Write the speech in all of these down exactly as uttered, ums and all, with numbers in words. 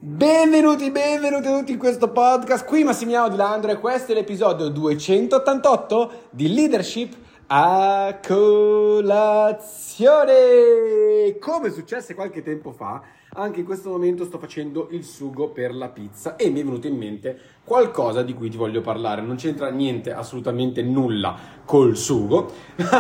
Benvenuti, benvenuti tutti in questo podcast. Qui Massimiliano Di Landro e questo è l'episodio duecentottantotto di Leadership a colazione. Come successe qualche tempo fa, anche in questo momento sto facendo il sugo per la pizza e mi è venuto in mente qualcosa di cui ti voglio parlare. Non c'entra niente, assolutamente nulla col sugo,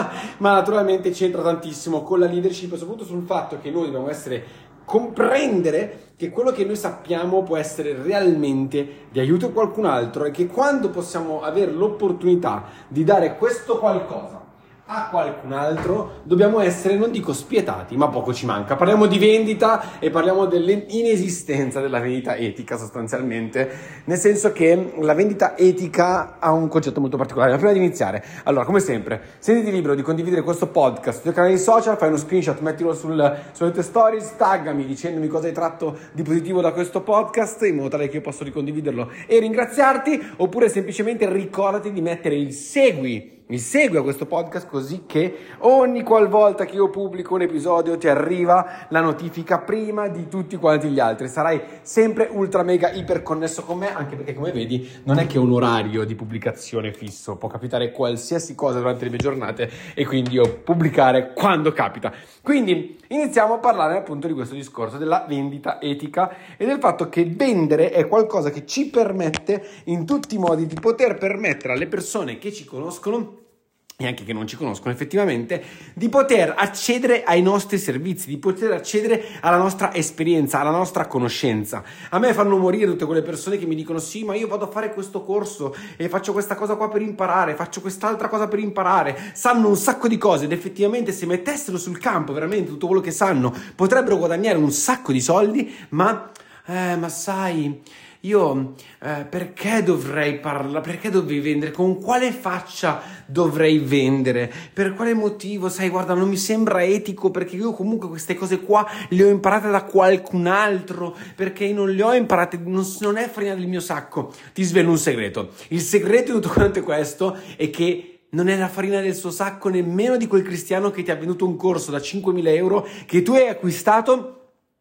ma naturalmente c'entra tantissimo con la leadership e soprattutto sul fatto che noi dobbiamo essere comprendere che quello che noi sappiamo può essere realmente di aiuto a qualcun altro e che quando possiamo avere l'opportunità di dare questo qualcosa a qualcun altro dobbiamo essere, non dico spietati, ma poco ci manca. Parliamo di vendita e parliamo dell'inesistenza della vendita etica sostanzialmente, nel senso che la vendita etica ha un concetto molto particolare. Ma prima di iniziare, allora, come sempre, sentiti libero di condividere questo podcast sui tuoi canali social, fai uno screenshot, mettilo sul, sulle tue stories, taggami dicendomi cosa hai tratto di positivo da questo podcast in modo tale che io possa ricondividerlo e ringraziarti, oppure semplicemente ricordati di mettere il segui Mi segui a questo podcast così che ogni qualvolta che io pubblico un episodio ti arriva la notifica prima di tutti quanti gli altri. Sarai sempre ultra mega iper connesso con me, anche perché come vedi non è che ho un orario di pubblicazione fisso, può capitare qualsiasi cosa durante le mie giornate e quindi io pubblicare quando capita. Quindi iniziamo a parlare appunto di questo discorso della vendita etica e del fatto che vendere è qualcosa che ci permette in tutti i modi di poter permettere alle persone che ci conoscono e anche che non ci conoscono effettivamente, di poter accedere ai nostri servizi, di poter accedere alla nostra esperienza, alla nostra conoscenza. A me fanno morire tutte quelle persone che mi dicono sì, ma io vado a fare questo corso e faccio questa cosa qua per imparare, faccio quest'altra cosa per imparare, sanno un sacco di cose ed effettivamente se mettessero sul campo veramente tutto quello che sanno potrebbero guadagnare un sacco di soldi, ma, eh, ma sai... Io eh, perché dovrei parlare? Perché dovrei vendere? Con quale faccia dovrei vendere? Per quale motivo? Sai, guarda, non mi sembra etico perché io comunque queste cose qua le ho imparate da qualcun altro, perché io non le ho imparate, non, non è farina del mio sacco. Ti svelo un segreto. Il segreto di tutto quanto questo è che non è la farina del suo sacco nemmeno di quel cristiano che ti ha venduto un corso da cinquemila euro che tu hai acquistato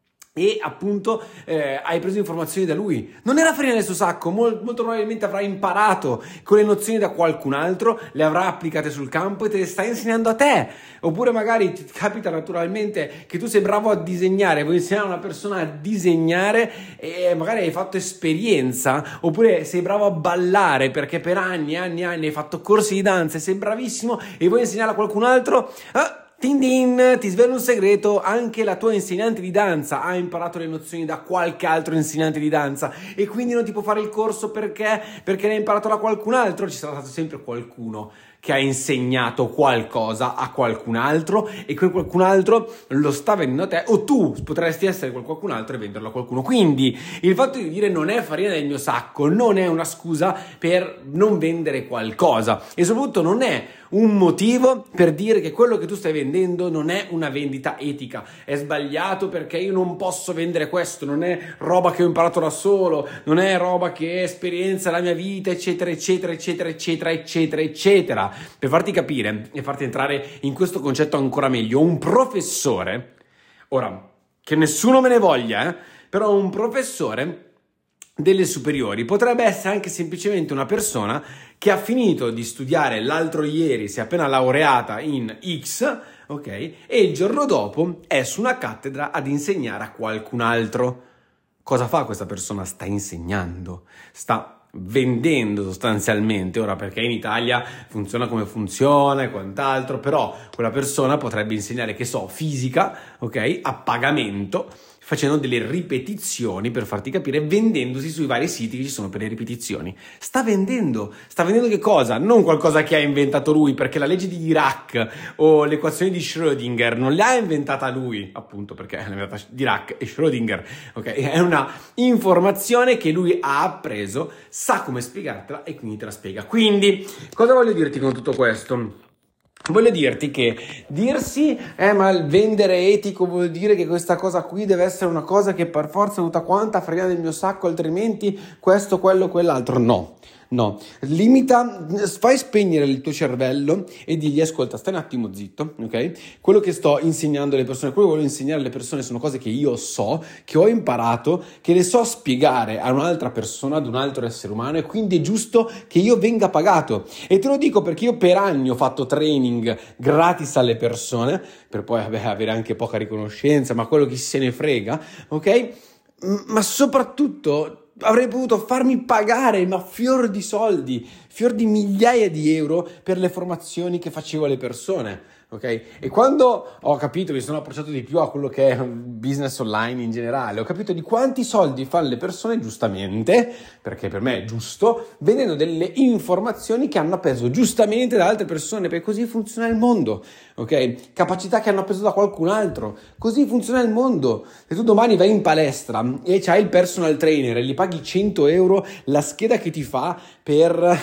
e appunto eh, hai preso informazioni da lui. Non è la farina del suo sacco, Mol, molto probabilmente avrà imparato con le nozioni da qualcun altro, le avrà applicate sul campo e te le sta insegnando a te. Oppure magari ti capita naturalmente che tu sei bravo a disegnare, vuoi insegnare a una persona a disegnare e magari hai fatto esperienza, oppure sei bravo a ballare perché per anni e anni e anni hai fatto corsi di danza e sei bravissimo e vuoi insegnare a qualcun altro. Ah, Tin din, ti svelo un segreto, anche la tua insegnante di danza ha imparato le nozioni da qualche altro insegnante di danza e quindi non ti può fare il corso perché perché ne ha imparato da qualcun altro. Ci sarà stato sempre qualcuno che ha insegnato qualcosa a qualcun altro e quel qualcun altro lo sta vendendo a te, o tu potresti essere quel qualcun altro e venderlo a qualcuno. Quindi il fatto di dire non è farina del mio sacco non è una scusa per non vendere qualcosa e soprattutto non è un motivo per dire che quello che tu stai vendendo non è una vendita etica, è sbagliato perché io non posso vendere questo, non è roba che ho imparato da solo, non è roba che è esperienza della mia vita, eccetera eccetera eccetera eccetera eccetera eccetera. Per farti capire e farti entrare in questo concetto ancora meglio, un professore, ora che nessuno me ne voglia, eh, però un professore delle superiori potrebbe essere anche semplicemente una persona che ha finito di studiare l'altro ieri, si è appena laureata in X, ok? E il giorno dopo è su una cattedra ad insegnare a qualcun altro. Cosa fa questa persona? Sta insegnando, sta vendendo sostanzialmente. Ora, perché in Italia funziona come funziona e quant'altro, però quella persona potrebbe insegnare, che so, fisica, ok? A pagamento, facendo delle ripetizioni, per farti capire, vendendosi sui vari siti che ci sono per le ripetizioni. Sta vendendo, sta vendendo che cosa? Non qualcosa che ha inventato lui, perché la legge di Dirac o l'equazione di Schrödinger non le ha inventata lui, appunto perché l'ha inventata Dirac e Schrödinger, ok? È una informazione che lui ha appreso, sa come spiegartela e quindi te la spiega. Quindi, cosa voglio dirti con tutto questo? Voglio dirti che dirsi eh ma il vendere etico vuol dire che questa cosa qui deve essere una cosa che per forza tutta quanta farina del mio sacco, altrimenti questo, quello, quell'altro. No, no, limita, fai spegnere il tuo cervello e digli ascolta, stai un attimo zitto, ok? Quello che sto insegnando alle persone, quello che voglio insegnare alle persone sono cose che io so, che ho imparato, che le so spiegare a un'altra persona, ad un altro essere umano, e quindi è giusto che io venga pagato. E te lo dico perché io per anni ho fatto training gratis alle persone, per poi vabbè, avere anche poca riconoscenza, ma quello chi se ne frega, ok? Ma soprattutto avrei potuto farmi pagare, ma fior di soldi, fior di migliaia di euro per le formazioni che facevo alle persone, ok? E quando ho capito, mi sono approcciato di più a quello che è business online in generale, ho capito di quanti soldi fanno le persone giustamente, perché per me è giusto, vendendo delle informazioni che hanno appreso giustamente da altre persone, perché così funziona il mondo, ok? Capacità che hanno appreso da qualcun altro, così funziona il mondo. Se tu domani vai in palestra e c'hai il personal trainer e gli paghi cento euro la scheda che ti fa per,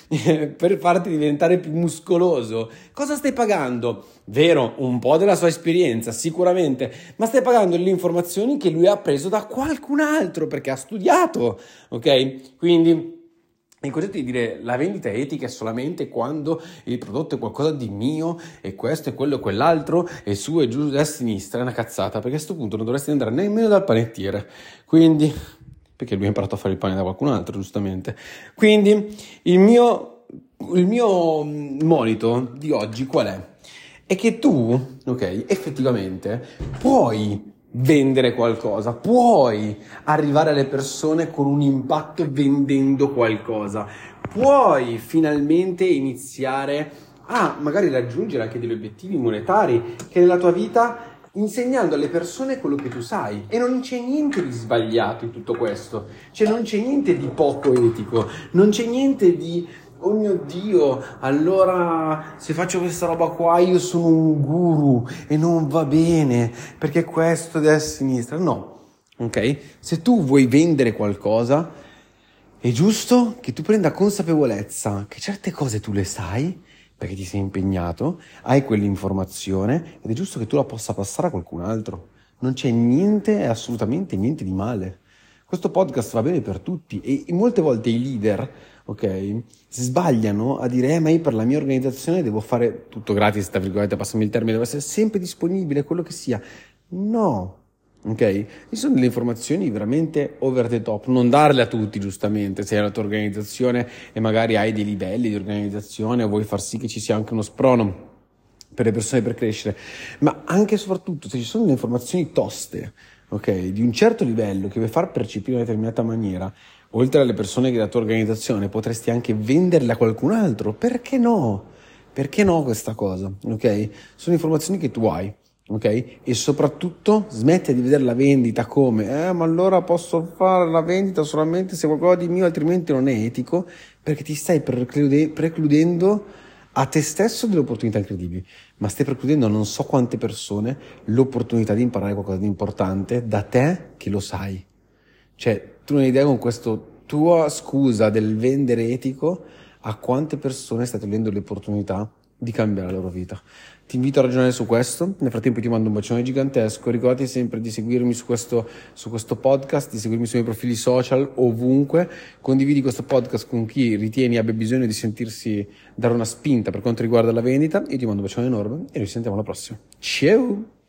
per farti diventare più muscoloso, cosa stai pagando? Vero, un po' della sua esperienza, sicuramente, ma stai pagando le informazioni che lui ha preso da qualcun altro perché ha studiato, ok? Quindi il concetto di dire la vendita etica è solamente quando il prodotto è qualcosa di mio e questo è quello e quell'altro e su e giù e a sinistra è una cazzata, perché a questo punto non dovresti andare nemmeno dal panettiere, quindi, perché lui ha imparato a fare il pane da qualcun altro, giustamente. Quindi il mio, il mio monito di oggi qual è? È che tu, ok, effettivamente puoi vendere qualcosa, puoi arrivare alle persone con un impatto vendendo qualcosa, puoi finalmente iniziare a magari raggiungere anche degli obiettivi monetari che nella tua vita, insegnando alle persone quello che tu sai. E non c'è niente di sbagliato in tutto questo, cioè non c'è niente di poco etico, non c'è niente di oh mio Dio, allora se faccio questa roba qua io sono un guru e non va bene perché questo è a sinistra. No, ok? Se tu vuoi vendere qualcosa è giusto che tu prenda consapevolezza che certe cose tu le sai perché ti sei impegnato, hai quell'informazione ed è giusto che tu la possa passare a qualcun altro. Non c'è niente, assolutamente niente di male. Questo podcast va bene per tutti e molte volte i leader, ok, sbagliano a dire eh, ma io per la mia organizzazione devo fare tutto gratis, tra virgolette, passami il termine, devo essere sempre disponibile, quello che sia. No, ok? Ci sono delle informazioni veramente over the top, non darle a tutti, giustamente, se è la tua organizzazione e magari hai dei livelli di organizzazione o vuoi far sì che ci sia anche uno sprono per le persone per crescere, ma anche e soprattutto se ci sono delle informazioni toste, ok, di un certo livello che vuoi far percepire in una determinata maniera, oltre alle persone della tua organizzazione, potresti anche venderle a qualcun altro. Perché no? Perché no questa cosa? Ok? Sono informazioni che tu hai, ok? E soprattutto smetti di vedere la vendita come eh, ma allora posso fare la vendita solamente se qualcosa di mio, altrimenti non è etico, perché ti stai preclude- precludendo a te stesso delle opportunità incredibili, ma stai precludendo a non so quante persone l'opportunità di imparare qualcosa di importante da te che lo sai. Cioè, tu non hai idea con questa tua scusa del vendere etico a quante persone stai togliendo l'opportunità di cambiare la loro vita. Ti invito a ragionare su questo. Nel frattempo ti mando un bacione gigantesco. Ricordati sempre di seguirmi su questo, su questo podcast, di seguirmi sui miei profili social, ovunque. Condividi questo podcast con chi ritieni abbia bisogno di sentirsi dare una spinta per quanto riguarda la vendita. Io ti mando un bacione enorme e noi ci sentiamo alla prossima. Ciao!